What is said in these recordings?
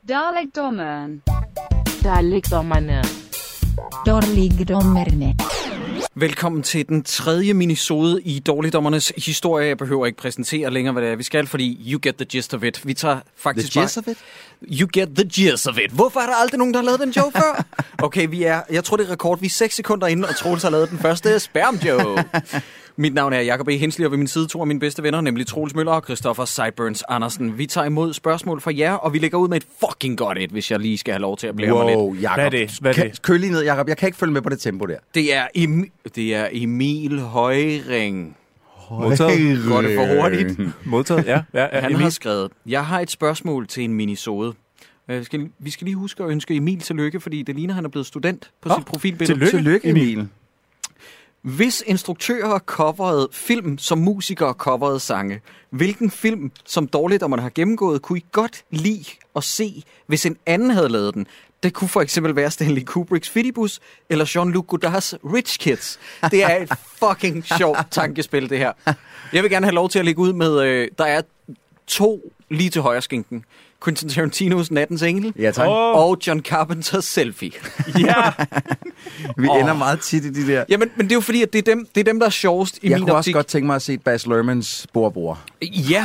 Dalekdommeren. Dalekdommerne. Dårligdommerne. Velkommen til den tredje minisode i Dårligdommernes historie. Jeg behøver ikke præsentere længere, hvad det er, vi skal, fordi you get the gist of it. Vi tager faktisk The gist of it? You get the gist of it. Hvorfor er der aldrig nogen, der har lavet den joke før? Okay, jeg tror, det er rekord. Vi er 6 sekunder inde, og Troels har lavet den første spam-joke. Mit navn er Jacob E. Hensley, og ved min side to af mine bedste venner, nemlig Troels Møller og Christoffer Sideburns Andersen. Vi tager imod spørgsmål fra jer, og vi lægger ud med et fucking godt et, hvis jeg lige skal have lov til at blære mig lidt. Jacob. Hvad er det? Køl lige ned, Jacob. Jeg kan ikke følge med på det tempo der. Det er Emil Højring. Modtaget. Går det for hurtigt? Modtaget, ja. Han har skrevet, jeg har et spørgsmål til en minisode. Vi skal lige huske at ønske Emil tillykke, fordi det ligner, han er blevet student på sit profilbillede. Tillykke, Emil. Hvis instruktører coverede film, som musikere coverede sange, hvilken film, som Dårligdommerne har gennemgået, kunne I godt lide at se, hvis en anden havde lavet den? Det kunne for eksempel være Stanley Kubricks Fidibus, eller Jean-Luc Godards Rich Kids. Det er et fucking sjovt tankespil, det her. Jeg vil gerne have lov til at lægge ud med, der er 2 lige til højre skinken. Quentin Tarantinos Nattens Engel, Ja, tak. og John Carpenters Selfie. Ja. Vi ender meget tit i de der. Ja, men det er jo fordi, at det er dem, der er sjovest i Jeg min kunne optik. også godt tænke mig at se Baz Luhrmanns Borbror. Ja.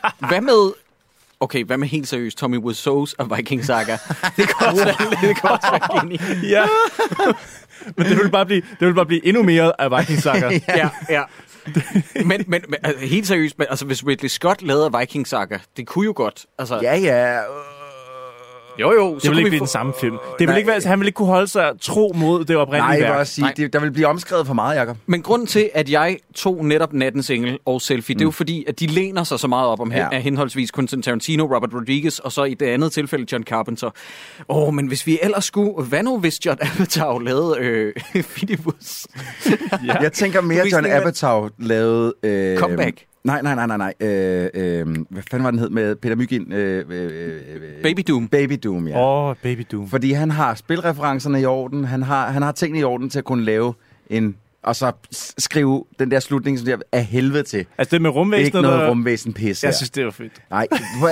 Hvad med helt seriøst Tommy Wiseau's af Viking Saga? Det kan også være genialt. Ja. Men det vil bare blive endnu mere af Viking Saga. Ja. Men altså, helt seriøst, altså hvis Ridley Scott lavede Viking Saga, det kunne jo godt. Altså, Ja. Jo. Det vil ikke blive den samme film. Det vil ikke være, han vil ikke kunne holde sig tro mod det oprindelige Nej, jeg vil værk. også sige, der vil blive omskrevet for meget, Jacob. Men grunden til, at jeg tog netop Nattens Engel og Selfie, det er jo fordi, at de læner sig så meget op om af henholdsvis Quentin Tarantino, Robert Rodriguez, og så i det andet tilfælde John Carpenter. Men hvis vi ellers skulle... Hvad nu, hvis John Apatow lavede Fidibus? Ja. Jeg tænker mere, John Apatow lavede... Comeback. Nej. Hvad fanden var den hed med Peter Myggen? Baby Doom. Baby Doom, ja. Baby Doom. Fordi han har spilreferencerne i orden, han har tingene i orden til at kunne lave og så skrive den der slutning, som der af helvede til. Altså det med rumvæsenet? Ikke noget rumvæsen-pis. Jeg synes, det var fedt. Nej,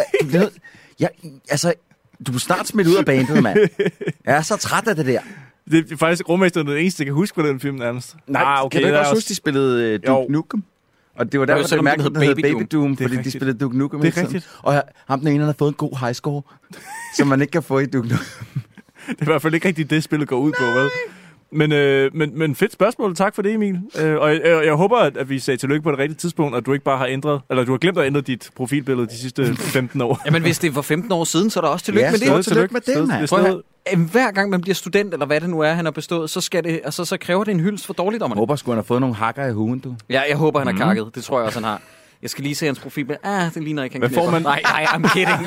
du er snart smidt ud af bandet, mand. Jeg er så træt af det der. Det er faktisk rumvæsenet det eneste, jeg kan huske på den film nærmest. Nej, okay, kan du ikke også huske, de spillede Duke Nukem? Og det var derfor, det mærkeligt, den hed Baby Doom, fordi de spillede Duke Nukem. Det er rigtigt. Og ham den ene, han har fået en god high score, som man ikke kan få i Duke Nukem. Det er i hvert fald ikke rigtigt det, spillet går ud på, vel? Men fedt spørgsmål. Tak for det, Emil. Og jeg håber, at vi sagde tillykke på det rigtige tidspunkt, og du ikke bare har ændret, eller du har glemt at ændre dit profilbillede de sidste 15 år. Jamen, hvis det var 15 år siden, så er der også tillykke med det. Ja, tillykke med det, mand. Hver gang man bliver student, eller hvad det nu er, han har bestået, så kræver det en hyldest for Dårligdommerne. Jeg håber sgu, han har fået nogle hakker i huen, du. Ja, jeg håber, han har kakket. Det tror jeg også, han har. Jeg skal lige se hans profil, men det ligner ikke, han knipper. Nej, I'm kidding.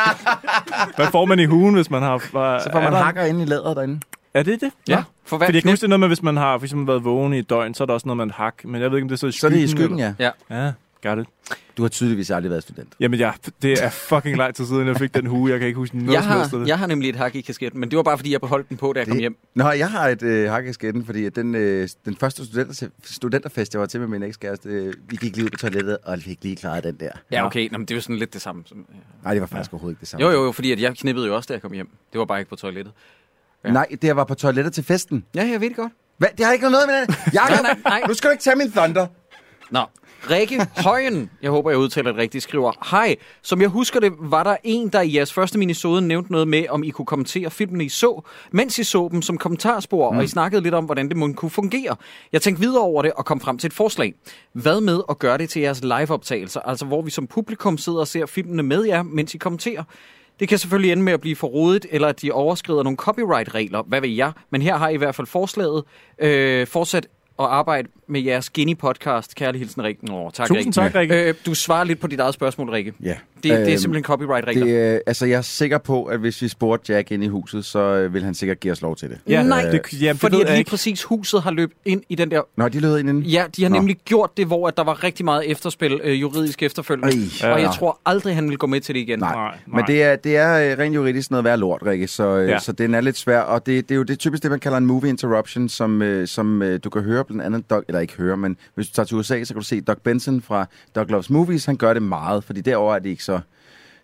Hvad får man i huen, hvis man har... Så får man hakker inde i læderet derinde. Er det det? Ja. Fordi jeg kan huske, det er noget med, hvis man har for eksempel været vågen i et døgn, så er der også noget med en hak. Men jeg ved ikke, om det er så i skyggen. Så er det i skyggen, ja. Ja, got it. Du har tydeligvis aldrig været student. Jamen ja, det er fucking lang tid siden, jeg fik den hue. Jeg kan ikke huske noget som helst af det. Jeg har nemlig et hak i kasketten, men det var bare, fordi jeg beholdt den på, da jeg kom hjem. Nå, jeg har et hak i kasketten, fordi den første studenterfest, jeg var til med min ekskæreste, vi gik lige ud på toilettet, og fik lige klaret den der. Ja, okay. Nå, men det er jo sådan lidt det samme. Nej, det var faktisk overhovedet ikke det samme. Jo, fordi at jeg knippede jo også, da jeg kom hjem. Det var bare ikke på toilettet. Ja. Nej, det var på toilettet til festen. Ja, jeg ved det godt. Hvad? Det har ikke noget med det. Nej. Nu skal du ikke tage min thunder. Nå. Rikke Højen, jeg håber, jeg udtaler det rigtigt, skriver: Hej, som jeg husker det, var der en, der i jeres første minisode nævnte noget med, om I kunne kommentere filmene I så, mens I så dem som kommentarspor, og I snakkede lidt om, hvordan det må kunne fungere. Jeg tænkte videre over det og kom frem til et forslag. Hvad med at gøre det til jeres live-optagelser, altså hvor vi som publikum sidder og ser filmene med jer, mens I kommenterer? Det kan selvfølgelig ende med at blive for rodet, eller at de overskrider nogle copyright-regler, hvad ved jeg. Men her har I hvert fald forslaget. Fortsat at arbejde med jeres Geni-podcast. Kærlig hilsen, Rikke. Tak, Rikke. Tusind tak, Rikke. Du svarer lidt på dit eget spørgsmål, Rikke. Ja. Det er simpelthen copyright-regler. Jeg er sikker på, at hvis vi spurgte Jack ind i huset, så vil han sikkert give os lov til det. Ja, nej, fordi at lige ikke. præcis huset har løbet ind i den der... Nå, de lød ind inden? Ja, de har nemlig gjort det, hvor at der var rigtig meget efterspil, juridisk efterfølgende. Og jeg tror aldrig, han vil gå med til det igen. Nej. Men det er rent juridisk noget værd lort, Rikke, så den er lidt svær. Og det er jo det typisk det, man kalder en movie interruption, som du kan høre blandt andet, eller ikke høre, men hvis du tager til USA, så kan du se Doug Benson fra Doug Loves Movies, han gør det meget, fordi derovre er det ikke så...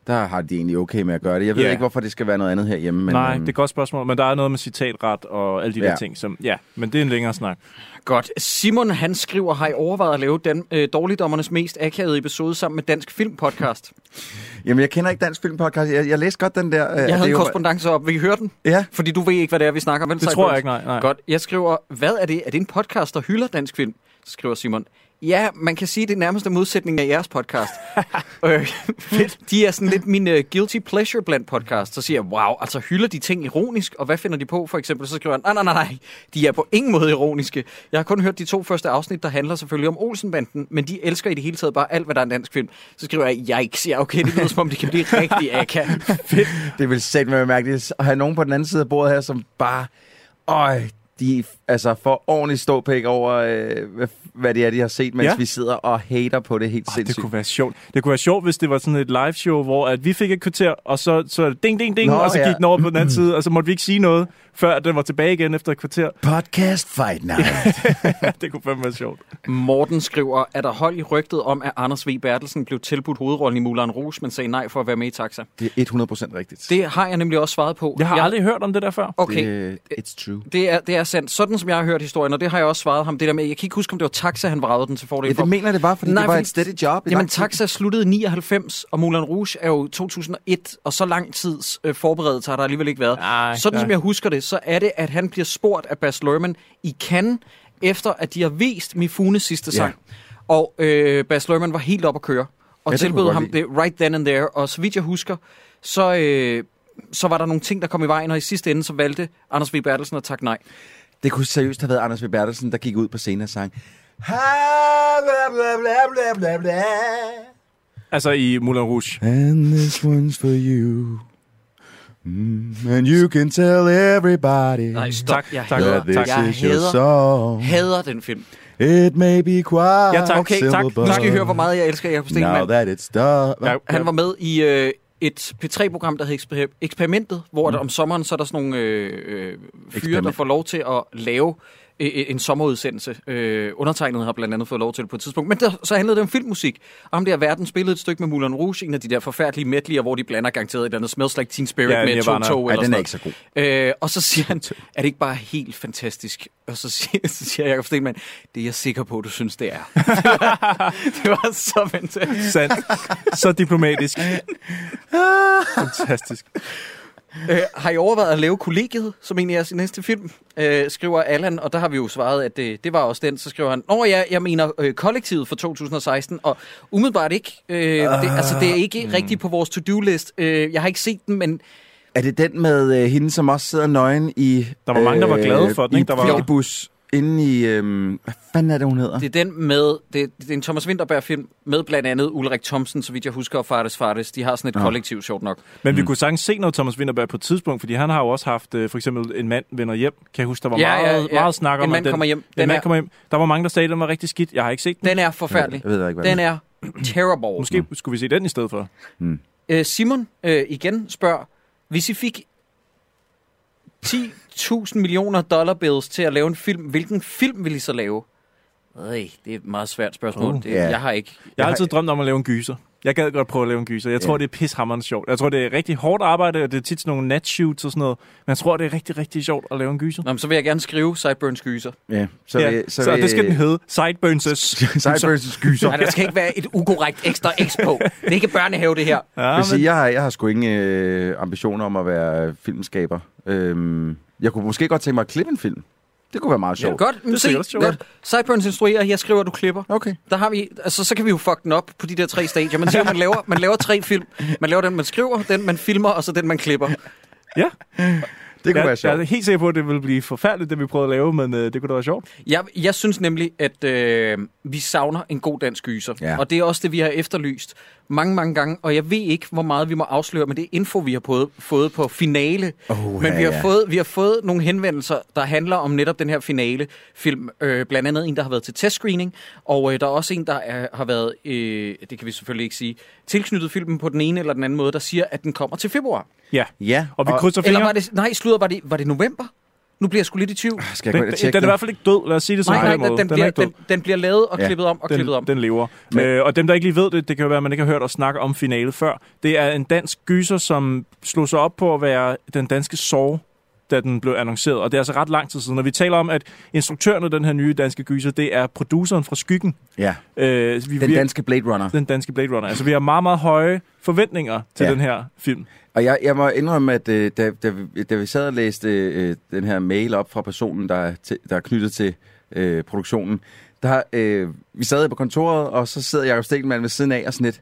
Der har de egentlig okay med at gøre det. Jeg ved ikke, hvorfor det skal være noget andet herhjemme. Men, nej, det er et godt spørgsmål, men der er noget med citatret og alle de der ting, som, men det er en længere snak. Godt. Simon, han skriver, har I overvejet at lave Dårligdommernes mest akavede episode sammen med Dansk Film Podcast? Jamen, jeg kender ikke Dansk Film Podcast. Jeg læste godt den der. Jeg havde en korrespondance op. Vil I høre den? Ja. Fordi du ved ikke, hvad det er, vi snakker om. Det tror jeg ikke, nej. Godt. Jeg skriver, hvad er det? Er det en podcast, der hylder dansk film? Så skriver Simon. Ja, man kan sige, det er nærmest en modsætning af jeres podcast. De er sådan lidt min guilty pleasure blandt podcast. Så siger jeg, wow, altså hylder de ting ironisk, og hvad finder de på for eksempel? Så skriver han, nej, de er på ingen måde ironiske. Jeg har kun hørt de 2 første afsnit, der handler selvfølgelig om Olsenbanden, men de elsker i det hele taget bare alt, hvad der er en dansk film. Så skriver jeg, yikes, ja okay, det lyder som om, de kan blive rigtig akavet. Det vil sætte mig mærkeligt at have nogen på den anden side af bordet her, som bare, de får ordentligt ståpæk over, hvad det er, de har set, mens vi sidder og hater på det helt sindssygt. Det kunne være sjovt. Det kunne være sjovt, hvis det var sådan et live show, hvor at vi fik et kvarter, og så ding, ding, ding, og så gik den over på den anden side, og så måtte vi ikke sige noget, før den var tilbage igen efter et kvarter. Podcast Fight Night. Det kunne fandme være sjovt. Morten skriver, er der hold i rygtet om, at Anders V. Bertelsen blev tilbudt hovedrollen i Moulin Rouge, men sagde nej for at være med i Taxa? Det er 100% rigtigt. Det har jeg nemlig også svaret på. Jeg har aldrig hørt om det der før. Okay. It's true. Det er sandt. Sådan som jeg har hørt historien, og det har jeg også svaret ham. Det der med, jeg kan ikke huske, om det var Taxa, han vragede den til fordel for. Det mener det var, fordi det var et steady job. Jamen, Taxa sluttede i 99, og Moulin Rouge er jo 2001, og så lang tids forberedelse har der alligevel ikke været. Som jeg husker det, så er det, at han bliver spurgt af Baz Luhrmann i Cannes, efter at de har vist Mifunes sidste sang. Og Baz Luhrmann var helt op at køre, og tilbød ham det right then and there. Og så vidt jeg husker, så var der nogle ting, der kom i vejen, og i sidste ende, så valgte Anders V. Bertelsen at takke nej. Det kunne seriøst have været Anders V. Bertelsen, der gik ud på scenen og sang. Altså i Moulin Rouge. And this one's for you. And you can tell everybody. Nej, stop. Jeg hader den film. It may be quite okay, tak. Nu skal I høre, hvor meget jeg elsker Jacob Stegelmann. Now that it's done. Han var med i et P3-program, der hedder Eksperimentet, hvor der om sommeren så er der sådan nogle fyre, der får lov til at lave en sommerudsendelse. Undertegnet har blandt andet fået lov til det på et tidspunkt. Men så handlede det om filmmusik. Og ham der verden spillede et stykke med Moulin Rouge, en af de der forfærdelige medleyer, hvor de blander garanteret et andet Smells Like Teen Spirit med et tog eller den er ikke så god. Og så siger han, er det ikke bare helt fantastisk? Og så siger Jacob Stegelmann, det er jeg sikker på, du synes, det er. Det var så fantastisk. Sandt. Så diplomatisk. Fantastisk. Har I overvejet at lave Kollegiet, som egentlig er sin næste film? Skriver Allan, og der har vi jo svaret, at det var også den. Så skriver han, jeg mener Kollektivet for 2016, og umiddelbart ikke. Det er ikke rigtigt på vores to-do-list. Jeg har ikke set den, men... Er det den med hende, som også sidder nøgen i... Der var mange, der var glade for den, ikke? Der var Flixbus inde i... hvad fanden er det, hun hedder? Det er den med... Det er en Thomas Vinterberg-film med blandt andet Ulrik Thomsen, så vidt jeg husker, og Fardes. De har sådan et kollektiv, sjovt nok. Men vi kunne sagtens se noget Thomas Vinterberg på et tidspunkt, fordi han har jo også haft for eksempel En mand vender hjem. Kan jeg huske, der var meget snak om En mand kommer hjem. Kommer hjem. Der var mange, der sagde, at den var rigtig skidt. Jeg har ikke set den. Den er forfærdelig. Jeg ved ikke, den er terrible. Måske skulle vi se den i stedet for. Simon igen spørger, hvis I fik $10.000 millioner dollar bills til at lave en film, hvilken film vil I så lave? Det er et meget svært spørgsmål. Jeg har ikke... Jeg har altid drømt om at lave en gyser. Jeg gad godt prøve at lave en gyser. Jeg tror, det er pishammerende sjovt. Jeg tror, det er rigtig hårdt arbejde, og det er tit sådan nogle natshoots og sådan noget. Men jeg tror, det er rigtig, rigtig sjovt at lave en gyser. Nå, så vil jeg gerne skrive Sideburns gyser. Ja, så det skal den hedde. Sideburns gyser. Nej, der skal ikke være et ukorrekt ekstra X på. Det er ikke børnehave, det her. Jeg har sgu ingen ambitioner om at være filmskaber. Jeg kunne måske godt tænke mig at klippe en film. Det kunne være meget sjovt. Ja, godt. Sideburns instruerer, jeg skriver, du klipper. Okay. Der har vi, altså, så kan vi jo fuck den op på de der 3 stadier. Man siger, man laver 3 film. Man laver den, man skriver, den, man filmer, og så den, man klipper. Ja. Det kunne være sjovt. Jeg er helt sikker på, at det ville blive forfærdeligt, det vi prøvede at lave, men det kunne da være sjovt. Jeg synes nemlig, at vi savner en god dansk gyser. Ja. Og det er også det, vi har efterlyst mange gange. Og jeg ved ikke, hvor meget vi må afsløre, men det er info, vi har fået på finale. Men vi har fået nogle henvendelser, der handler om netop den her finale-film. Blandt andet en, der har været til testscreening. Og der er også en, der har været, det kan vi selvfølgelig ikke sige, tilknyttet filmen på den ene eller den anden måde, der siger, at den kommer til februar. Ja. Og vi krydser fingre. Var det november? Nu bliver jeg sgu lidt i tvivl. Skal jeg gå ind og tjekke Den er i hvert fald ikke død, lad os sige det sådan. Nej, den bliver lavet og klippet om og klippet om. Den lever. Og dem, der ikke lige ved det, det kan jo være, at man ikke har hørt os snakke om finale før. Det er en dansk gyser, som slog sig op på at være den danske Saw, da den blev annonceret. Og det er altså ret lang tid siden. Når vi taler om, at instruktøren af den her nye danske gyser, det er produceren fra Skyggen. Ja, den danske Blade Runner. Den danske Blade Runner. Altså, vi har meget, meget høje forventninger til den her film. Og jeg må indrømme, at da vi sad og læste den her mail op fra personen, der er knyttet til produktionen, vi sad på kontoret, og så sidder Jakob Stegelmann ved siden af og sådan lidt.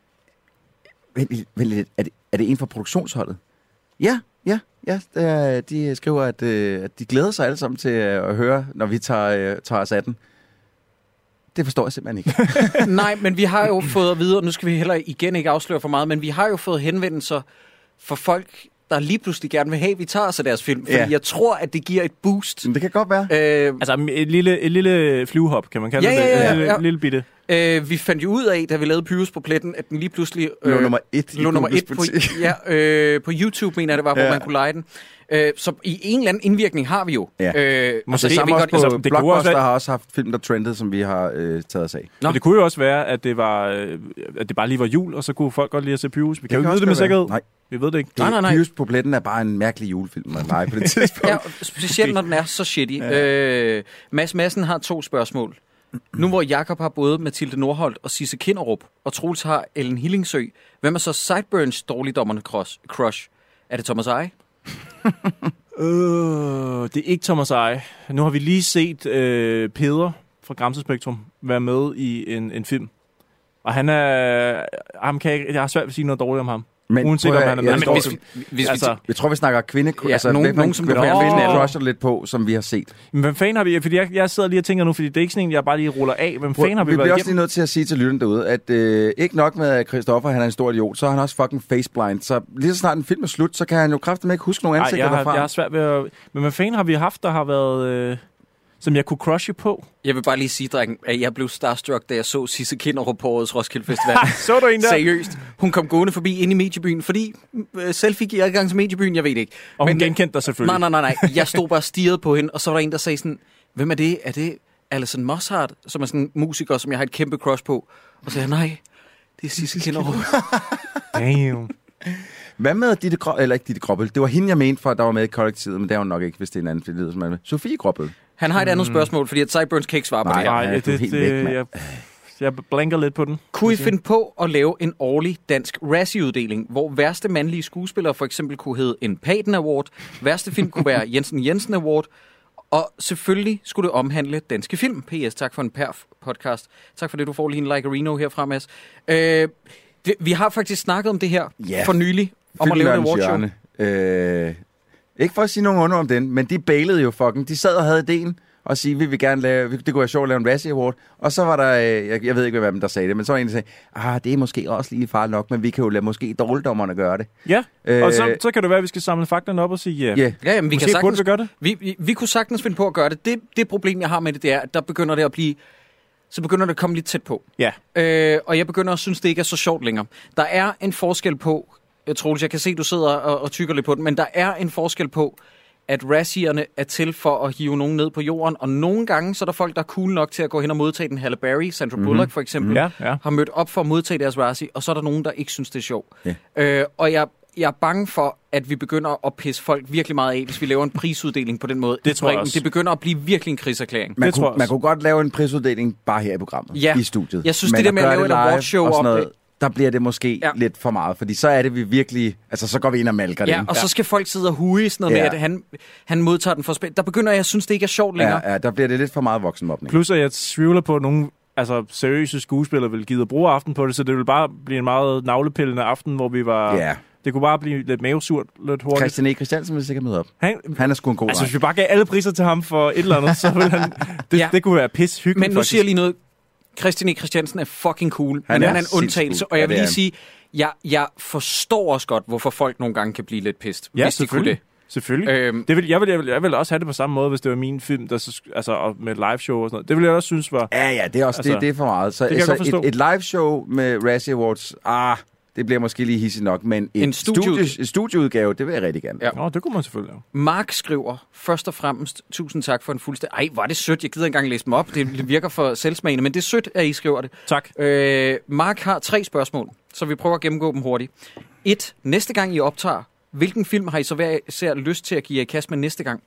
Vent lidt, er det en fra produktionsholdet? Ja. De skriver, at de glæder sig alle sammen til at høre, når vi tager os af den. Det forstår jeg simpelthen ikke. Nej, men vi har jo fået at vide, og nu skal vi heller igen ikke afsløre for meget, men vi har jo fået henvendelser for folk, der lige pludselig gerne vil have, at vi tager os af deres film. Fordi jeg tror, at det giver et boost. Men det kan godt være. Altså et lille flyvehop, kan man kalde det. En lille bitte. Vi fandt jo ud af, da vi lavede Pyrus på pletten, at den lige pludselig lå nummer 1 på YouTube, mener jeg det var, hvor man kunne lege den. Så i en eller anden indvirkning har vi jo. Måske det samme også på altså, Blockbuster har også haft film, der trendede, som vi har taget os af. Det kunne jo også være, at det bare lige var jul, og så kunne folk godt lide at se Pyrus. Vi kan jo ikke vide det med sikkerhed. Nej. Vi ved det ikke. Nej. Pyrus på pletten er bare en mærkelig julefilm, man leger på det tidspunkt. Ja, specielt når den er så shitty. Mads Madsen har 2 spørgsmål. Nu hvor Jakob har både Mathilde Nordholt og Sisse Kinderup, og Troels har Ellen Hillingsø, hvem er så Sideburns dårligdommerne crush? Er det Thomas Eje? Det er ikke Thomas Eje. Nu har vi lige set Peder fra Gramsespektrum være med i en film. Og han er... jeg har svært ved at sige noget dårligt om ham. Men uanset om han er med. Jeg tror, vi snakker kvinde... Ja, altså, nogen som crusher lidt på, som vi har set. Men hvem fanden har vi... Fordi jeg sidder lige og tænker nu, fordi det er ikke sådan en, jeg bare lige ruller af. Hvem fanden har vi været bliver også lige nødt til at sige til lytterne derude, at ikke nok med, at Christoffer han er en stor idiot, så er han også fucking faceblind. Så lige så snart en film er slut, så kan han jo kraftedeme ikke huske nogle ansigter derfra. Jeg har svært ved at... Men hvad fanden har vi haft, der har været... som jeg kunne crushe på? Jeg vil bare lige sige, drengen, at jeg blev starstruck, da jeg så Sisse Kinderup på årets Roskilde Festival. Så du en der? Seriøst. Hun kom gående forbi ind i mediebyen, fordi selfie giver adgang til mediebyen, jeg ved det ikke. Og hun genkendte dig selvfølgelig. Nej. Jeg stod bare og stirrede på hende, og så var der en, der sagde sådan, hvem er det? Er det Alison Mosshart, som er sådan en musiker, som jeg har et kæmpe crush på? Og så sagde jeg, nej, det er Sisse Kinderup. Damn. Hvad med Ditte Grobbel? Det var hende, jeg mente, for der var med i kollektivet, men det er jo nok ikke, hvis det er en anden film, som er med. Sofie Grobbel. Han har et andet spørgsmål, fordi at Sideburns kan ikke svare på det her. Nej, jeg blanker lidt på den. Kunne I finde på at lave en årlig dansk Razzie-uddeling, hvor værste mandlige skuespillere for eksempel kunne hedde en Paten Award, værste film kunne være Jensen Jensen Award, og selvfølgelig skulle det omhandle danske film. PS, tak for en podcast. Tak for det, du får lige en Like-a-Reno herfra, Mads. Vi har faktisk snakket om det her for nylig, om at lave en awardshow. Ikke for at sige nogen under om den, men de bailede jo fucking. De sad og havde ideen og sige, vi vil gerne lave, det kunne være sjovt at lave en Razzie Award. Og så var der, jeg ved ikke, hvem der sagde det, men så var en, der sagde, det er måske også lige far nok, men vi kan jo lade måske dårligdommerne gøre det. Ja, og så kan det være, at vi skal samle faktaene op og sige, jamen, vi måske kan sagtens, burde vi gøre det. Vi kunne sagtens finde på at gøre det. Det problem, jeg har med det er, at der begynder det at blive... Så begynder det at komme lidt tæt på. Ja. Og jeg begynder at synes, det ikke er så sjovt længere. Der er en forskel på, Troels, jeg kan se, du sidder og tykker lidt på den, men der er en forskel på, at Razzierne er til for at hive nogen ned på jorden, og nogle gange, så er der folk, der er cool nok til at gå hen og modtage den. Halle Berry, Sandra Bullock for eksempel, har mødt op for at modtage deres Razzie, og så er der nogen, der ikke synes, det er sjovt. Yeah. Og jeg er bange for, at vi begynder at pisse folk virkelig meget af, hvis vi laver en prisuddeling på den måde. Det tror jeg også. Det begynder at blive virkelig en krigserklæring. Man kunne godt lave en prisuddeling bare her i programmet, i studiet. Jeg synes, det der med at lave et awardshow op, der bliver det måske lidt for meget, fordi så er det vi virkelig, altså så går vi ind og malker det. Ja, og så skal folk sidde og huge sådan noget med, at han modtager den for spil. Der begynder jeg at synes, det ikke er sjovt længere. Ja, der bliver det lidt for meget voksenmobning. Plus at jeg tvivler på, at nogle seriøse skuespillere vil gide at bruge aften på det, så det vil bare blive en meget navlepillende aften, hvor vi var... Ja. Det kunne bare blive lidt mavesurt, lidt hurtigt. Christian E. Christiansen vil sikkert møde op. Han er sgu en god Altså, hvis vi bare gav alle priser til ham for et eller andet, så ville han... Det kunne være pis hyggeligt. Men nu siger jeg lige noget. Christian E. Christiansen er fucking cool, men han er en undtagelse. Og jeg vil lige sige, jeg forstår også godt, hvorfor folk nogle gange kan blive lidt pissed, hvis de kunne det. Selvfølgelig. Jeg vil også have det på samme måde, hvis det var min film, der, med live show og sådan noget. Det ville jeg også synes var... Ja, det er også det er for meget. Så et live show med Razzie Awards, Det bliver måske lige hissigt nok, men En studieudgave, det vil jeg rigtig gerne. Ja. Nå, det kunne man selvfølgelig lave. Mark skriver, først og fremmest, tusind tak for en fuldstændig... Ej, var det sødt. Jeg gider ikke engang læse dem op. Det virker for selvsmagende, men det er sødt, at I skriver det. Tak. Mark har 3 spørgsmål, så vi prøver at gennemgå dem hurtigt. 1. Næste gang I optager, hvilken film har I så hver især lyst til at give jer i kast med næste gang?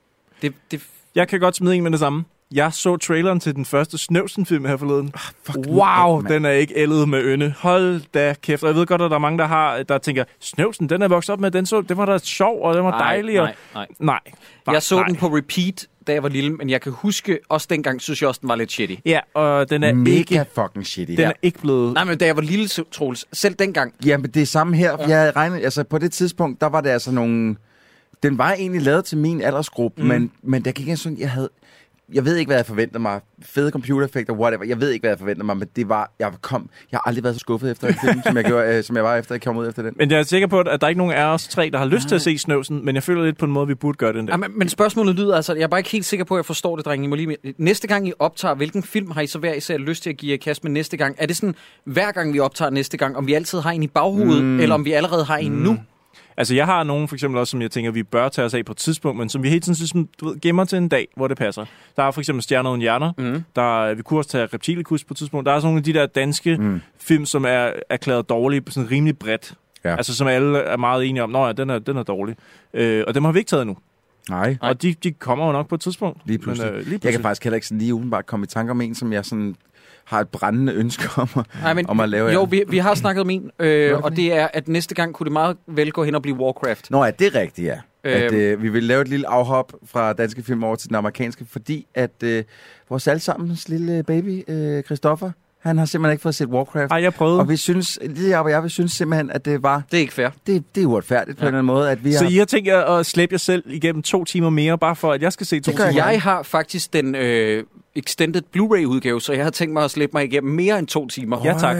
Jeg kan godt smide en med det samme. Jeg så traileren til den første Snøvsen-film her forleden. Wow, Den er ikke ældet med ynde. Hold da kæft. Og jeg ved godt, at der er mange, der tænker, Snøvsen, den er vokset op med, den var da sjov, og den var dejlig. Nej. Jeg så den på repeat, da jeg var lille, men jeg kan huske, også dengang synes jeg også, den var lidt shitty. Ja, og den er mega fucking shitty. Den er ikke blevet... Nej, men da jeg var lille, Troels, selv dengang. Jamen, det er samme her. Ja. Jeg regnede, altså på det tidspunkt, der var det altså nogle... Den var egentlig lavet til min aldersgruppe, men der gik en sådan, jeg ved ikke, hvad jeg forventede mig. Fede computereffekter, whatever. Jeg ved ikke, hvad jeg forventede mig, men det var... Jeg har aldrig været så skuffet efter en film, som jeg var efter, jeg kom ud efter den. Men jeg er sikker på, at der er ikke nogen af os 3, der har lyst til at se Snøvsen, men jeg føler lidt på en måde, vi burde gøre den der. Ja, men spørgsmålet lyder altså, jeg er bare ikke helt sikker på, at jeg forstår det, drenge. I må lige... Næste gang I optager, hvilken film har I så hver især lyst til at give jer kast med næste gang? Er det sådan, hver gang vi optager næste gang, om vi altid har en i baghovedet, eller om vi allerede har en nu? Altså, jeg har nogen for eksempel også, som jeg tænker, vi bør tage os af på et tidspunkt, men som vi hele tiden synes, gemmer til en dag, hvor det passer. Der er for eksempel Stjerner uden hjerner. Vi kunne også tage Reptilicus på et tidspunkt. Der er sådan nogle af de der danske film, som er erklæret dårlige, sådan rimelig bredt. Ja. Altså, som alle er meget enige om, den er dårlig. Og dem har vi ikke taget nu. Nej. Og de kommer jo nok på et tidspunkt. Lige pludselig. Jeg kan faktisk heller ikke sådan lige udenbart komme i tanke om en, som jeg sådan... har et brændende ønske om at lave... Jo, vi har snakket om en, og det er, at næste gang kunne det meget vel gå hen og blive Warcraft. Nå ja, det er rigtigt, ja. At, vi vil lave et lille afhop fra danske film over til den amerikanske, fordi at vores allesammens lille baby, Christoffer, han har simpelthen ikke fået set Warcraft. Ej, jeg prøvede. Og vi synes, jeg synes simpelthen, at det var... Det er ikke fair. Det er uretfærdigt på en eller anden måde, at vi Så I har tænkt jer at slæbe jer selv igennem 2 timer mere, bare for at jeg skal se 2 timer? Jeg har faktisk den extended Blu-ray-udgave, så jeg har tænkt mig at slæbe mig igennem mere end 2 timer. Ja, tak.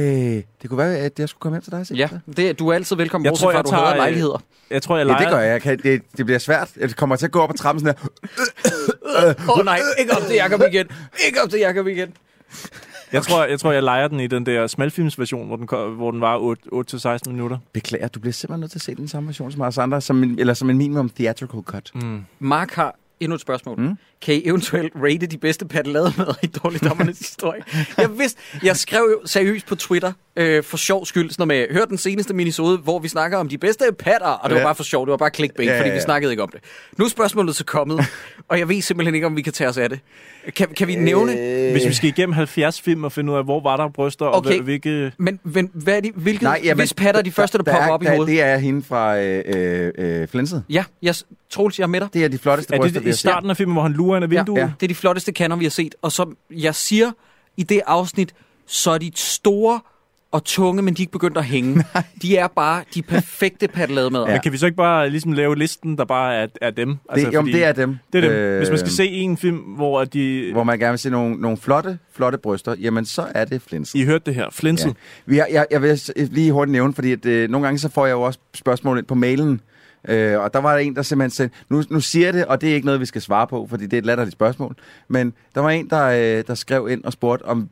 Det kunne være, at jeg skulle komme hjem til dig. Ja, du er altid velkommen, bortset fra, at du hader lejligheder. Jeg tror, jeg leger... Ja, det gør jeg. Det bliver svært. Jeg kommer til at gå op ad trappen sådan her. Nej, ikke op til Jacob igen. Ikke op til Jacob igen. Jeg tror, jeg leger den i den der smalfilmsversion, hvor den var 8-16 minutter. Beklager, du bliver simpelthen nødt til at se den samme version som os andre, som en minimum theatrical cut. Mark har endnu et spørgsmål. Kan I eventuelt rate de bedste pattelademad i Dårligdommernes historie? Jeg skrev jo seriøst på Twitter for sjov skyld, sådan med, hør den seneste minisode, hvor vi snakker om de bedste patter, og det var bare for sjov, det var bare clickbait, fordi vi snakkede ikke om det. Nu er spørgsmålet så kommet, og jeg ved simpelthen ikke, om vi kan tage os af det. Kan vi nævne? Hvis vi skal igennem 70 film og finde ud af, hvor var der bryster, og hvilke... Men hvad er de, hvis patter er de første, der popper op i hovedet? Det er hende fra Flenset. Ja, Troels, jeg er med dig. Det er de flotteste bryster, vi har set. I starten af filmen, hvor han lurer ind af vinduet? Ja. Det er de flotteste kander, vi har set. Og som jeg siger i det afsnit, så er de store og tunge, men de er ikke begyndt at hænge. De er bare de perfekte pattelademad. Men kan vi så ikke bare ligesom lave listen, der bare er dem? Altså, det er dem. Det er dem. Hvis man skal se en film, hvor man gerne vil se nogle flotte bryster, jamen så er det Flenset. I hørte det her. Flenset. Ja. Jeg vil lige hurtigt nævne, fordi at, nogle gange så får jeg jo også spørgsmål ind på mailen. Og der var en, der simpelthen sagde, nu siger det, og det er ikke noget, vi skal svare på, fordi det er et latterligt spørgsmål. Men der var en, der skrev ind og spurgte om,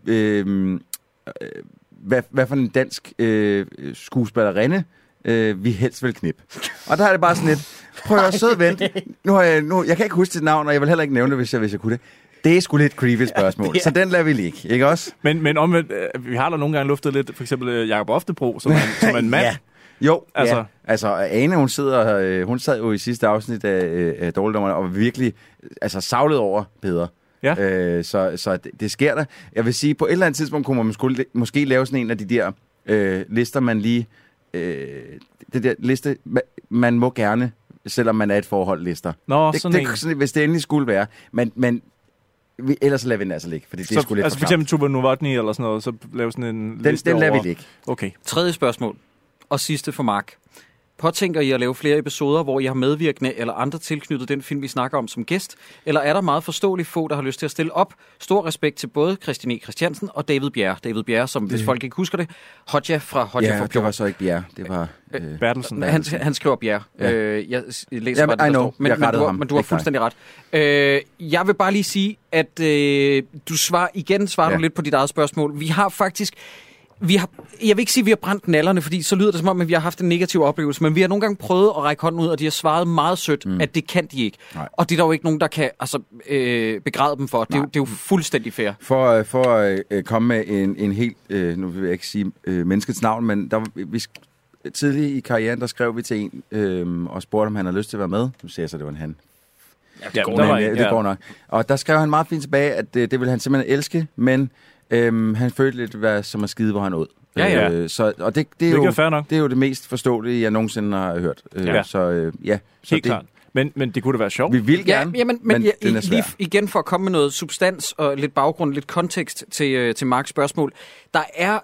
hvad for en dansk skuespillerinde vi helst vil knippe. Og der er det bare sådan lidt, prøv at sød vent. Jeg kan ikke huske dit navn, og jeg vil heller ikke nævne det, hvis jeg kunne det. Det er sgu lidt creepy spørgsmål, så den lader vi ligge, ikke også? Men omvendt, vi har da nogle gange luftet lidt, for eksempel Jacob Oftebro, som er en mand. Ja. Jo, altså Ane, hun sad jo i sidste afsnit af Dårligdommerne og virkelig savlet over bedre. Ja. Så det sker der. Jeg vil sige, på et eller andet tidspunkt kunne man måske lave sådan en af de der lister, man lige... det der liste, man må gerne, selvom man er et forhold, lister. Nå, sådan, hvis det endelig skulle være. Men ellers lader vi den altså ligge, fordi det er sgu lidt altså for eksempel Tuba Novotny eller sådan noget, så lave sådan en liste den lader vi ligge. Okay. 3. spørgsmål. Og sidste for Mark. Påtænker I at lave flere episoder, hvor I har medvirkende eller andre tilknyttet den film, vi snakker om som gæst? Eller er der meget forståeligt få, der har lyst til at stille op? Stor respekt til både Christian E. Christiansen og David Bjerre. David Bjerre, som hvis folk ikke husker det, Hodja fra Hodja for det var så ikke Bjerre. Det var Bertelsen. Han skriver Bjerre. Ja. Jeg læser bare det, der står. Men du har fuldstændig ret. Jeg vil bare lige sige, at du svarer du lidt på dit eget spørgsmål. Vi har faktisk jeg vil ikke sige, at vi har brændt nallerne, fordi så lyder det som om, at vi har haft en negativ oplevelse, men vi har nogle gange prøvet at række hånden ud, og de har svaret meget sødt, at det kan de ikke. Nej. Og det er der jo ikke nogen, der kan begræde dem for. Det er jo fuldstændig fair. For at komme med en helt, nu vil jeg ikke sige menneskets navn, men tidligt i karrieren, der skrev vi til en og spurgte, om han havde lyst til at være med. Nu siger jeg så, det var en han. Ja, det går nok. Og der skrev han meget fint tilbage, at det ville han simpelthen elske, men han følte lidt som at skide, hvor han ud. Ja. Og det er jo det mest forståelige, jeg nogensinde har hørt. Så helt klart. Men det kunne da være sjovt. Vi vil gerne, men den er svær. Lige igen for at komme med noget substans og lidt baggrund, lidt kontekst til Marks spørgsmål. Der er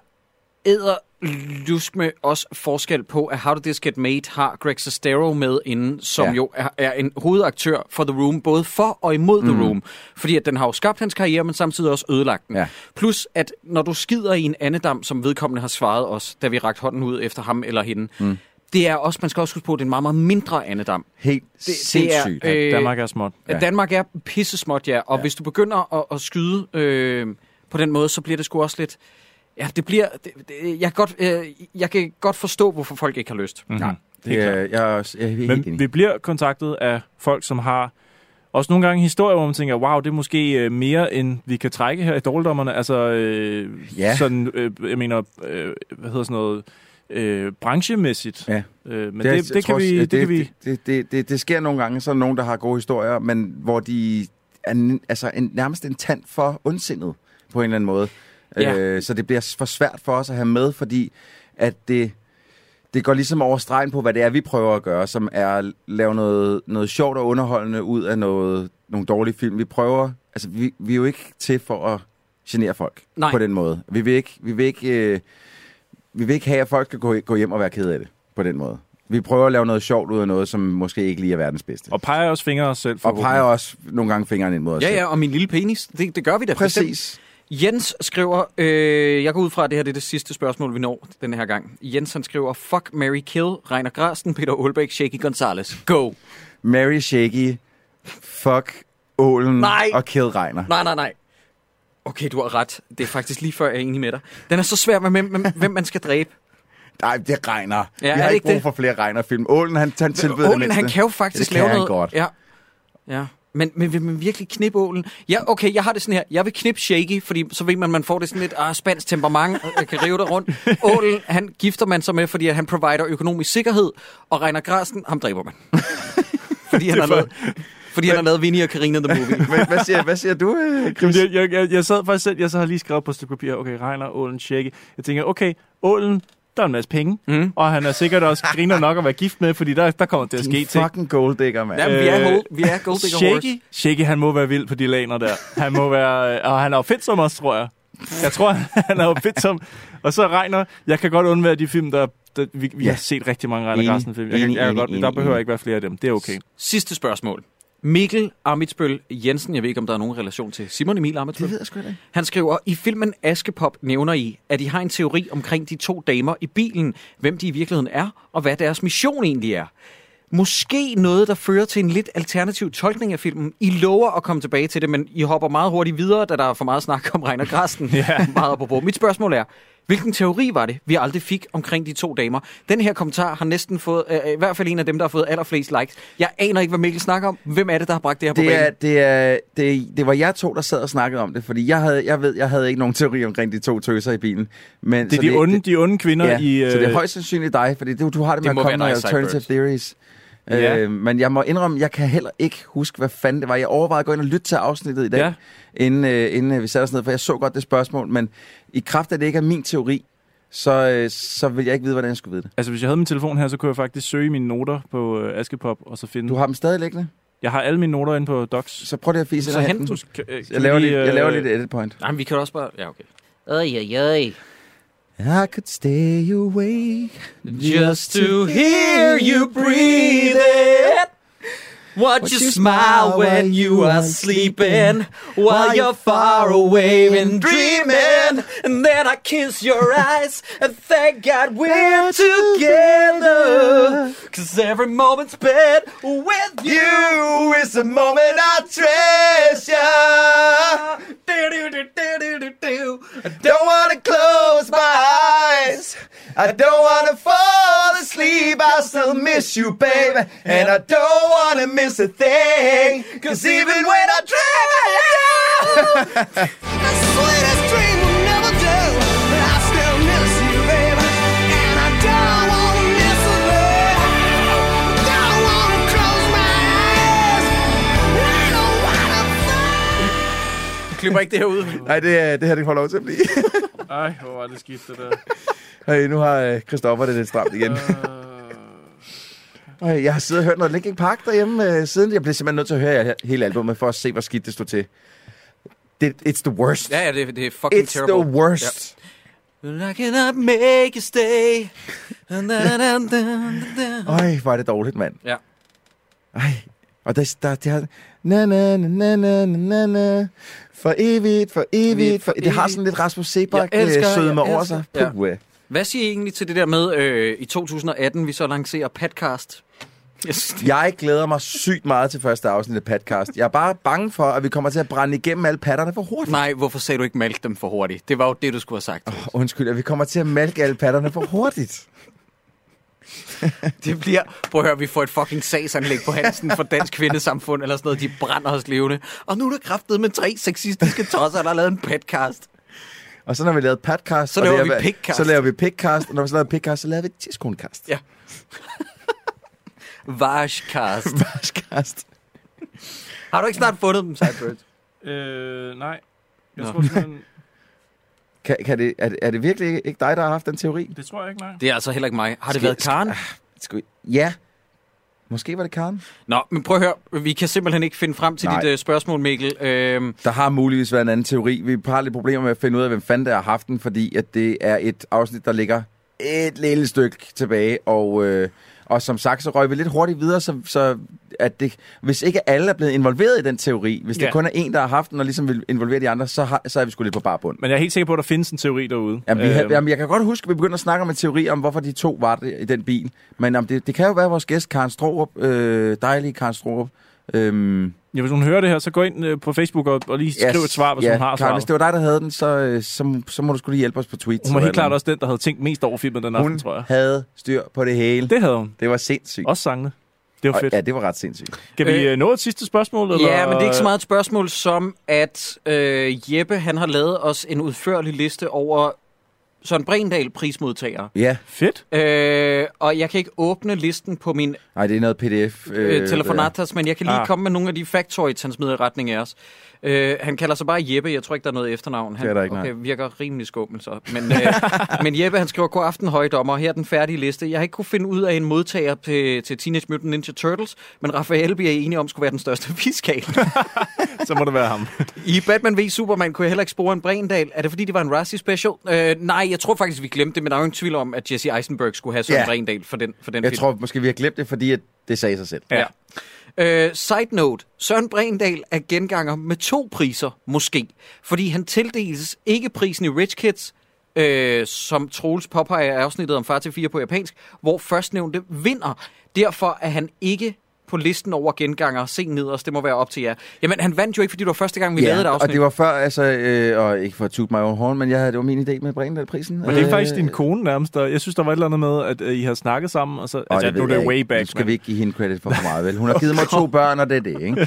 med også forskel på, at How Did This Get Made har Greg Sestero med inden, som jo er en hovedaktør for The Room, både for og imod The Room. Fordi at den har jo skabt hans karriere, men samtidig også ødelagt den. Ja. Plus, at når du skider i en andedam, som vedkommende har svaret os, da vi rakte hånden ud efter ham eller hende, det er også, man skal også huske på, at det er en meget, meget mindre andedam. Helt sindssygt. Danmark er småt. Ja. Danmark er pissesmåt, ja. Og hvis du begynder at skyde på den måde, så bliver det sgu også lidt... Ja, det bliver... jeg kan godt forstå, hvorfor folk ikke har lyst. Mm-hmm. Ja, jeg er helt enig. Vi bliver kontaktet af folk, som har også nogle gange historier, hvor man tænker, wow, det er måske mere, end vi kan trække her i Dårligdommerne. Altså, sådan, jeg mener, hvad hedder sådan noget... branchemæssigt. Ja. Men det kan vi... Det sker nogle gange, så er der nogen, der har gode historier, men hvor de er nærmest en tand for ondsindet på en eller anden måde. Ja. Så det bliver for svært for os at have med, fordi at det går ligesom over stregen på, hvad det er, vi prøver at gøre, som er at lave noget sjovt og underholdende ud af nogle dårlige film. Vi prøver... Altså, vi er jo ikke til for at genere folk på den måde. Vi vil ikke have, at folk skal gå hjem og være ked af det på den måde. Vi prøver at lave noget sjovt ud af noget, som måske ikke lige er verdens bedste. Og peger også fingre os selv. Og peger også nogle gange fingeren ind mod os selv. Ja, og min lille penis. Det gør vi da. Præcis. Jens skriver, jeg går ud fra, at det her det er det sidste spørgsmål, vi når den her gang. Jens han skriver, fuck, marry, kill, Reiner Grasten, Peter Aalbæk, Shaky Gonzalez. Go! Marry Shaky, fuck Ålen og kill Reiner. Nej. Okay, du har ret. Det er faktisk lige før, jeg er enig med dig. Den er så svær med, hvem man skal dræbe. Nej, det er Reiner. Ja, vi har ikke brug for flere Reiner-film. Ålen, han tilbyder det mindste. Han kan jo faktisk lave noget. Godt. Ja. Men vil man virkelig knippe Ålen? Ja, okay, jeg har det sådan her. Jeg vil knippe Shaky, fordi så ved man får det sådan lidt spansk temperament, og kan rive det rundt. Ålen, han gifter man sig med, fordi han provider økonomisk sikkerhed, og Reiner Grasten, ham dræber man. Fordi han har lavet Vinnie og Carina the Movie. Men hvad siger du, Chris? Jeg sad faktisk selv, jeg så har lige skrevet på et stykke papir, okay, Reiner, Ålen, Shaky. Jeg tænker, okay, Ålen, der er en masse penge, og han er sikkert også griner nok at være gift med, fordi der kommer til at ske ting. Fucking golddigger, mand. Ja, vi er golddigger horse. Shaky, han må være vild på de laner der. Han må være, og han er jo fedt som os, tror jeg. Jeg tror, han er jo fedt som. Og så Reiner, jeg kan godt undvære de film, der vi har set rigtig mange Reiner Grasten-film. Der behøver ikke være flere af dem. Det er okay. Sidste spørgsmål. Mikkel Amitsbøl Jensen, jeg ved ikke, om der er nogen relation til Simon Emil Amitsbøl. Det ved jeg sgu ikke. Han skriver, i filmen Askepop nævner I, at I har en teori omkring de to damer i bilen, hvem de i virkeligheden er, og hvad deres mission egentlig er. Måske noget, der fører til en lidt alternativ tolkning af filmen. I lover at komme tilbage til det, men I hopper meget hurtigt videre, da der er for meget snak om Reiner Grasten. Meget på. Mit spørgsmål er, hvilken teori var det, vi aldrig fik omkring de to damer? Den her kommentar har næsten fået, i hvert fald en af dem, der har fået allerflest likes. Jeg aner ikke, hvad Mikkel snakker om. Hvem er det, der har bragt det her på banen? Det var jer to, der sad og snakkede om det, fordi jeg havde ikke nogen teori omkring de to tøser i bilen. Men, det er de onde kvinder i... Så det er højst sandsynligt dig, fordi du har det med at komme med alternative theories. Yeah. Men jeg må indrømme, jeg kan heller ikke huske, hvad fanden det var. Jeg overvejede at gå ind og lytte til afsnittet i dag, inden vi satte os ned, for jeg så godt det spørgsmål. Men i kraft af det ikke er min teori, så vil jeg ikke vide, hvordan jeg skulle vide det. Altså, hvis jeg havde min telefon her, så kunne jeg faktisk søge mine noter på Askepop, og så finde... Du har dem stadig liggende? Jeg har alle mine noter inde på Docs. Så prøv det at fise. Så hent du. Jeg laver lidt edit point. Nej, men vi kan også bare... Ja, okay. I could stay awake just to hear you breathe it. Watch you smile when you are sleeping, while you're far away and dreaming. And then I kiss your eyes and thank God we're together. 'Cause every moment spent with you is a moment I treasure. don't wanna close my eyes. I don't wanna fall asleep. I still miss you, baby. And I don't wanna miss a thing. Cause even when I dream, The sweetest dream will never do, but I still miss you, baby. And I don't wanna miss a thing. Don't wanna close my eyes. I don't wanna fall. Du klipper ikke det her ud. nej, det her det får lov til at blive. Ej, hvor var det skidt, det der. Hey, nu har Christoffer det lidt stramt igen. Jeg har siddet og hørt noget Linkin Park derhjemme siden. Jeg blev simpelthen nødt til at høre hele albumet for at se, hvor skidt det stod til. It's the worst. Ja, det er fucking It's terrible. the worst. Ja. I cannot make you stay. Øj, hvor er det dårligt, mand. Ja. Ej, og det har... Na, na, na, na, na, na. For evigt, for evigt, for... Det har sådan lidt Rasmus Sebak sødme over sig. Ja. Puh, Hvad siger I egentlig til det der med, i 2018, vi så lancerer Podcast? Jeg glæder mig sygt meget til første afsnit af Podcast. Jeg er bare bange for, at vi kommer til at brænde igennem alle patterne for hurtigt. Nej, hvorfor sagde du ikke malke dem for hurtigt? Det var jo det, du skulle have sagt. Undskyld, at vi kommer til at malke alle patterne for hurtigt. Det bliver... Prøv at høre, vi får et fucking sagsanlæg på halsen for Dansk Kvindesamfund, eller sådan noget. De brænder os levende. Og nu er der kraftet med 3 sexistiske tosser, der har lavet en podcast. Og så når vi lavede podcast... Så laver vi Pickcast. Så laver vi Pickcast, og når vi så laver Pickcast, så laver vi Tidskoncast. Ja. Varskast. Varskast. Har du ikke snart fundet dem, Cyberts? Nej. Jeg tror simpelthen... Er det virkelig ikke dig, der har haft den teori? Det tror jeg ikke, nej. Det er altså heller ikke mig. Har det været Karen? Ja. Måske var det Karen. Nå, men prøv at høre. Vi kan simpelthen ikke finde frem til dit spørgsmål, Mikkel. Der har muligvis været en anden teori. Vi har lidt problemer med at finde ud af, hvem fanden der har haft den, fordi at det er et afsnit, der ligger et lille stykke tilbage, og som sagt, så røg vi lidt hurtigt videre, så at det, hvis ikke alle er blevet involveret i den teori, hvis det kun er en, der har haft den, og ligesom vil involvere de andre, så er vi sgu lidt på bar bund. Men jeg er helt sikker på, at der findes en teori derude. Jamen, jeg kan godt huske, at vi begyndte at snakke om en teori om, hvorfor de to var det i den bil. Men det kan jo være vores gæst, Karen Strohrup, dejlige Karen Strohrup. Ja, hvis hun hører det her, så gå ind på Facebook og lige skriv et svar, hvis hun har svaret. Karen, hvis det var dig, der havde den, så må du skulle lige hjælpe os på tweets. Hun var helt klart også den, der havde tænkt mest over filmen den aften, tror jeg. Hun havde styr på det hele. Det havde hun. Det var sindssygt. Også sangene. Det var fedt. Ja, det var ret sindssygt. Kan vi nå et sidste spørgsmål? Eller? Ja, men det er ikke så meget et spørgsmål som, at Jeppe han har lavet os en udførlig liste over Søren Bregendahl prismodtagere. Ja. Fedt. Og jeg kan ikke åbne listen på min Nej, det er noget PDF. telefonatas, men jeg kan lige komme med nogle af de factoids, han smider i retning af os. Han kalder sig bare Jeppe. Jeg tror ikke, der er noget efternavn. Han det er der ikke, okay, virker rimelig skummel så. Men Jeppe, han skriver, god aften, højdommer. Her er den færdige liste. Jeg har ikke kunne finde ud af en modtager til Teenage Mutant Ninja Turtles, men Raphael bliver enige om, skulle være den største fiskal. Så må det være ham. I Batman v Superman kunne jeg heller ikke spore en Bregendahl. Er det fordi, det var en Razzie special? Nej, jeg tror faktisk, vi glemte det, men der er jo ingen tvivl om, at Jesse Eisenberg skulle have Søren Bregendahl for den film. Jeg tror måske, vi har glemt det, fordi at det sagde sig selv. Ja. Side note. Søren Bregendahl er genganger med 2 priser, måske. Fordi han tildeles ikke prisen i Rich Kids, som Troels påpeger i afsnittet om Far til 4 på japansk, hvor førstnævnte vinder. Derfor er han ikke på listen over genganger. Se nederst, det må være op til jer. Jamen, han vandt jo ikke, fordi det var første gang, vi lavede et afsnit. Og det var før, og ikke for at toot my own horn, men det var min idé med Bregendahl-prisen. Men det er faktisk din kone nærmest. Jeg synes, der var et eller andet med, at I har snakket sammen, og så... Altså, nu er det way back. Nu skal vi ikke give hende credit for meget, vel? Hun har givet mig 2 børn, og det er det, ikke?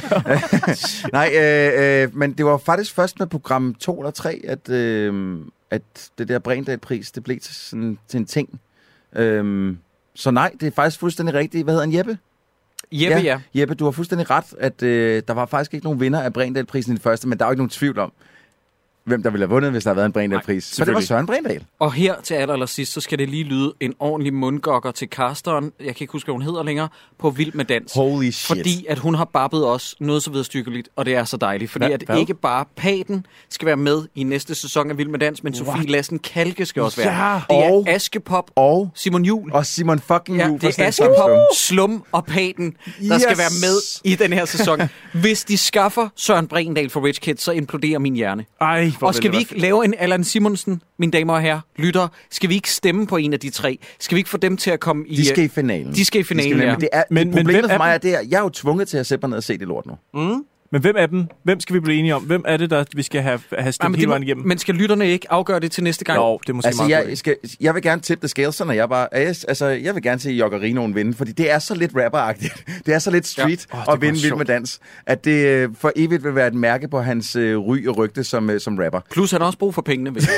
Nej, men det var faktisk først med program 2 eller 3, at det der Bregendahl-pris, det blev til en ting. Så nej, det er faktisk fuldstændig rigtigt. Hvad hedder han, Jeppe? Jeppe, ja. Jeppe, du har fuldstændig ret, at der var faktisk ikke nogen vinder af Bregendahl-prisen i det første, men der er jo ikke nogen tvivl om, hvem der ville have vundet, hvis der havde været en Bregendahl-pris. Så det var Søren Bregendahl. Og her til allersidst, så skal det lige lyde en ordentlig mundgokker til casteren. Jeg kan ikke huske, hvad hun hedder længere. På Vild med Dans. Holy shit. Fordi at hun har babbet os noget så vederstykkeligt, og det er så dejligt. Fordi at ikke bare Paten skal være med i næste sæson af Vild med Dans, men Sofie Lassen Kalke skal også være. Det er Askepop og Simon Juhl. Og Simon fucking Juhl. Ja, det er Askepop, Slum og Paten, der skal være med i den her sæson. Hvis de skaffer Søren Bregendahl for Rich Kids, så imploderer min hjerne. Ej, og skal vi ikke lave en Allan Simonsen, mine damer og herrer, lytter? Skal vi ikke stemme på en af de 3? Skal vi ikke få dem til at komme i... De skal i finalen. De skal i finalen, ja. Men problemet for mig er det, at jeg er jo tvunget til at sætte mig ned og se det lort nu. Men hvem skal vi blive enige om? Hvem er det, der vi skal have stemt hele vejen igennem? Men skal lytterne ikke afgøre det til næste gang? Jo, det er måske meget jeg vil gerne tippe the scales, når jeg bare... jeg vil gerne se Jokkerinoen vinde, fordi det er så lidt rapperagtigt. Det er så lidt street at vinde Vild med Dans, at det for evigt vil være et mærke på hans ry og rygte som rapper. Plus han har også brug for pengene, ved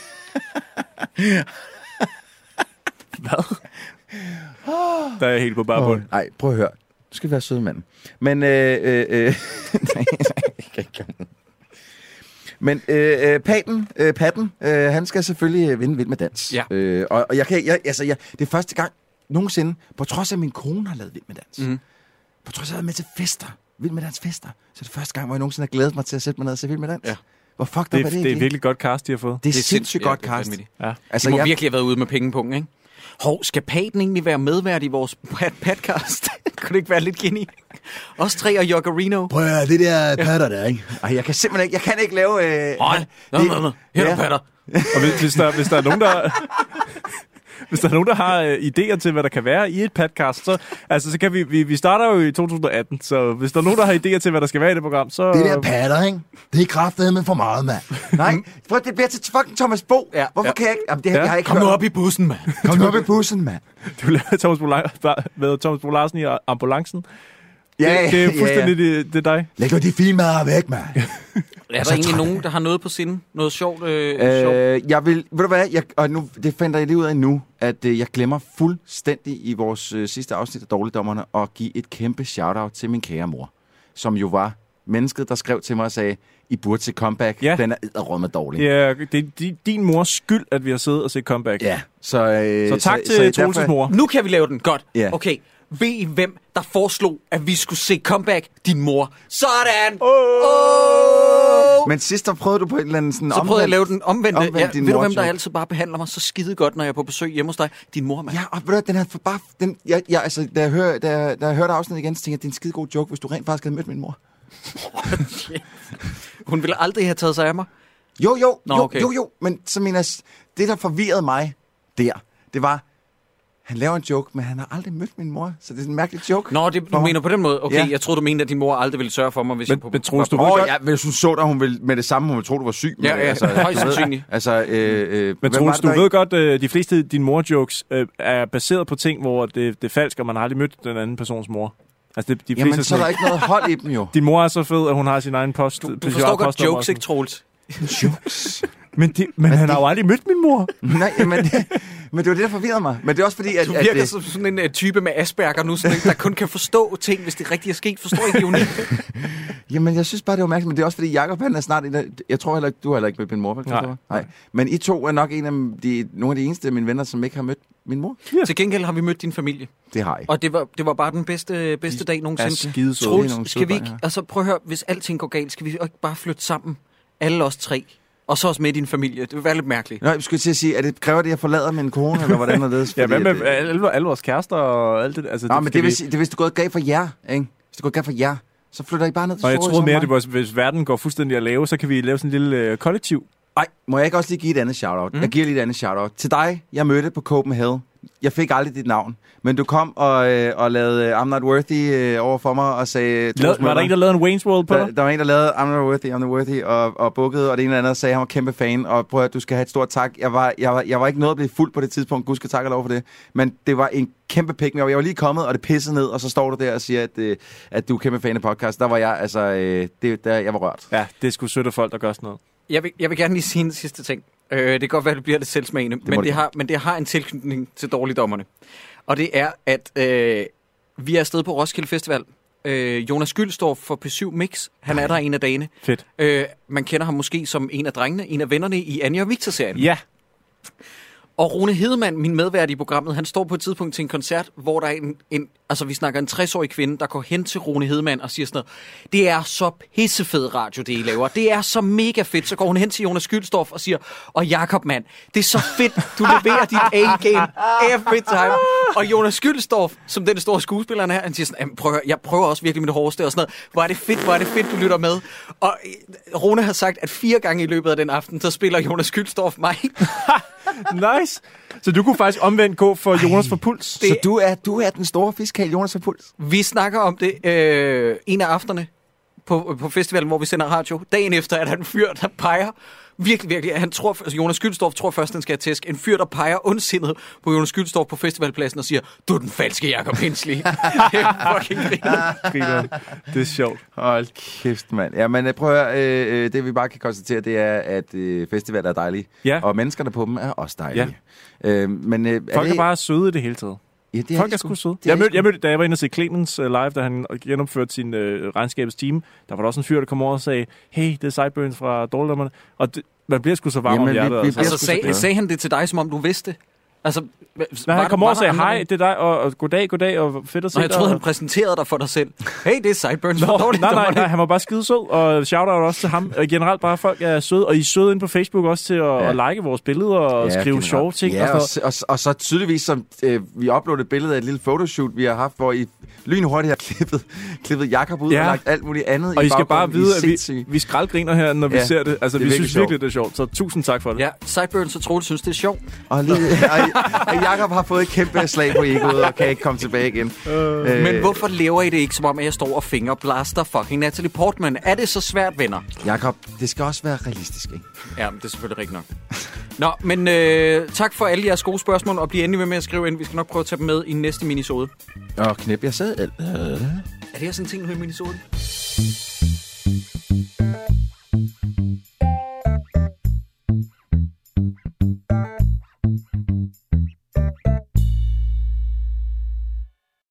Hvad? Der er jeg helt på bare bund. Nej, prøv at høre. Du skal være sød, mand. Men, Patten, han skal selvfølgelig vinde Vild med Dans. Ja. Og det er første gang nogensinde, på trods af min kone har lavet Vild med Dans. På trods af at jeg har været med til fester, Vild med Dans fester, så er det første gang, hvor jeg nogensinde har glædet mig til at sætte mig ned og se Vild med Dans. Ja. Hvor fucked up er det Det er virkelig godt cast, de har fået. Det er sindssygt godt cast. Ja. Altså, de må virkelig have været ude med pengepunkten, ikke? Skal Paten egentlig være medvært i vores podcast? Kunne det ikke være lidt geni? Os tre og Jokkerino. Prøv at det der patter der, ikke? Ej, jeg kan simpelthen ikke, jeg kan ikke lave... Her er patter. Og hvis der er nogen, der... Hvis der er nogen, der har idéer til, hvad der kan være i et podcast, så kan vi starter jo i 2018, så hvis der er nogen, der har idéer til, hvad der skal være i det program, så... Det der patter, ikke? Det er kraftedeme for meget, mand. Nej, det bliver til fucking Thomas Bo. Ja. Hvorfor kan jeg ikke... Jamen, jeg har ikke Kom nu op i bussen, mand. Kom nu op i bussen, mand. Du lavede Thomas Bo Larsen i ambulancen. Det er fuldstændig det er dig. Læg nu de filmer væk, mand. Er der egentlig nogen, der har noget på sinde? Noget sjovt? Jeg vil... Ved du hvad? Det finder jeg lige ud af nu, at jeg glemmer fuldstændig i vores sidste afsnit af Dårligdommerne at give et kæmpe shout-out til min kære mor, som jo var mennesket, der skrev til mig og sagde, I burde se Comeback. Ja. Den er edderrømme dårlig. Ja, det er din mors skyld, at vi har siddet og set Comeback. Ja. Så tak til Troelses mor. Nu kan vi lave den. Godt. Ja. Okay. Ved I, hvem der foreslog, at vi skulle se Comeback? Din mor. Sådan! Men sidst der prøvede du på et eller andet sådan så prøvede jeg at lave den omvendte. Ja, ved du, hvem der joke. altid bare behandler mig så skide godt, når jeg er på besøg hjemme hos dig? Din mor, mand. Ja, og ved du, den her for bare... Altså, da jeg hørte afsnittet igen, så tænkte jeg, det er en skide god joke, hvis du rent faktisk havde mødt min mor. Hun ville aldrig have taget sig af mig. Jo, men så mener jeg, det der forvirrede mig det var, han laver en joke, men han har aldrig mødt min mor, så det er en mærkelig joke. Nå, du mener på den måde? Okay, ja. Jeg troede, du mente, at din mor aldrig ville sørge for mig, hvis jeg på... Men Troels, du ved godt... Ja, hvis hun så dig, hun ville med det samme, hun ville tro, du var syg. Ja, altså, højst sandsynligt. Men Troels, du ved godt, de fleste af dine mor-jokes er baseret på ting, hvor det er falsk, og man har aldrig mødt den anden persons mor. Altså, Jamen, så er der ikke noget hold i dem jo. Din mor er så fed, at hun har sin egen post. Du forstår godt jokes, ikke, Troels? Jokes? Men han har jo aldrig mødt min mor. Nej, men det var det, der forvirrede mig. Men det er også fordi, at... Du virker som sådan en type med Asperger nu, sådan, der kun kan forstå ting, hvis det rigtigt er sket. Forstår ikke ironi? Jamen, jeg synes bare, det var mærkeligt. Men det er også fordi, Jacob, han er snart... Jeg tror heller ikke, du har heller ikke mødt min mor. Nej. Men I to er nok nogle af de eneste af mine venner, som ikke har mødt min mor. Ja. Til gengæld har vi mødt din familie. Det har I. Og det var bare den bedste dag nogensinde. Troels, skal vi ikke... Altså, prøv at høre, hvis alting går galt, skal vi ikke bare flytte sammen? Alle os tre. Og så også med din familie. Det vil være lidt mærkeligt. Nej, jeg skulle til at sige, kræver det, at jeg forlader min kone, eller hvordan er det? Ja, hvad med alle vores kærester og alt det? Altså, nej, men det hvis det går galt for jer, ikke? Hvis det går galt for jer, så flytter I bare ned til Sorø. Og jeg troede mere, det var, hvis verden går fuldstændig at lave, så kan vi lave sådan en lille kollektiv. Nej, må jeg ikke også lige give et andet shout-out? Jeg giver lige et andet shout-out. Til dig, jeg mødte på Copenhagen. Jeg fik aldrig dit navn, men du kom og lavede I'm Not Worthy over for mig og sagde... Var der en, der lavede en Wayne's World på dig? Der var en, der lavede I'm Not Worthy og bookede, og det ene eller andet sagde, at han var kæmpe fan, og prøv at du skal have et stort tak. Jeg var ikke nået at blive fuld på det tidspunkt, gud skal takke og lov for det, men det var en kæmpe pick me. Jeg var lige kommet, og det pissede ned, og så står du der og siger, at du er kæmpe fan af podcast. Der var jeg, altså, jeg var rørt. Ja, det er sgu sødt af folk, der gør sådan noget. Jeg vil gerne lige sige en sidste ting. Det kan godt være, at det bliver lidt selvsmagende, men det har en tilknytning til Dårligdommerne. Og det er, at vi er afsted på Roskilde Festival. Jonas Gyldstorff for P7 Mix. Han er der en af dagene. Fedt. Man kender ham måske som en af drengene, en af vennerne i Anja og Victor-serien. Ja. Og Rune Hedemann, min medvært i programmet, han står på et tidspunkt til en koncert, hvor der er altså vi snakker en 60-årig kvinde, der går hen til Rune Hedemann og siger sådan noget, det er så pissefed radio, det I laver. Det er så mega fedt. Så går hun hen til Jonas Gyldstorff og siger, og Jakob, mand, det er så fedt, du leverer dit A-game every time. Og Jonas Gyldstorff, som den store skuespiller her, han siger sådan, jeg prøver også virkelig med det hårdeste og sådan noget. Hvor er det fedt, du lytter med. Og Rune har sagt, at 4 gange i løbet af den aften, så spiller Jonas Gyldstorff mig. Nice. Så du kunne faktisk omvendt gå for Jonas for Puls. Så du er den store fiskal Jonas for Puls. Vi snakker om det en af aftenerne på festivalen, hvor vi sender radio. Dagen efter er der en fyr, der peger virkelig. Han tror, altså Jonas Gyldstorff tror først, han skal have tæsk. En fyr, der peger ondsindet på Jonas Gyldstorff på festivalpladsen og siger, du er den falske Jakob Hensley. Det er fucking griner. Det er sjovt. Hold kæft, mand. Ja, men prøv at høre, det vi bare kan konstatere, det er, at festivaler er dejlige. Ja. Og menneskerne på dem er også dejlige. Ja. Men, Folk er bare søde i det hele taget. Ja, det Folk er sgu søde. Jeg mødte, da jeg var inde og se Clemens live, da han gennemførte sin regnskabets team, der var der også en fyr, der kom over og sagde, hey, det er Sideburns fra Dårligdommerne. Og man bliver sgu så varm om hjertet. Altså, sagde han det til dig, som om du vidste? Altså, han kom over og sagde, hej, det er dig, og goddag, og fedt at se dig. Jeg troede, han præsenterede dig for dig selv. Hey, det er Sideburns fra Dårligdommerne. Nej, han var bare skide sød, og shout-out også til ham. Generelt bare, folk er søde, og I er søde inde på Facebook også til at like vores billeder og skrive sjove ting. Ja, og så tydeligvis, som vi uploadede et billede af et lille photoshoot, vi har haft, hvor I lynhurtigt har klippet Jakob ud og lagt alt muligt andet. Og I skal bare vide, at vi skraldgriner her, når vi ser det. Altså, vi synes virkelig, det er sjovt, så tusind tak for det. Ja, Sideburns og Troels synes, det er sjovt. Og Jakob har fået et kæmpe slag på egoet og kan ikke komme tilbage igen. Men hvorfor lever I det ikke, som om jeg står og fingerblaster fucking Natalie Portman? Er det så svært, venner? Jakob, det skal også være realistisk, ikke? Ja, det er selvfølgelig rigtigt nok. Nå, men tak for alle jeres gode spørgsmål, og bliv endelig ved med at skrive ind. Vi skal nok prøve at tage dem med i næste minisode. Og knæp jeg selv. Er det her sådan en ting, nu i minisoden?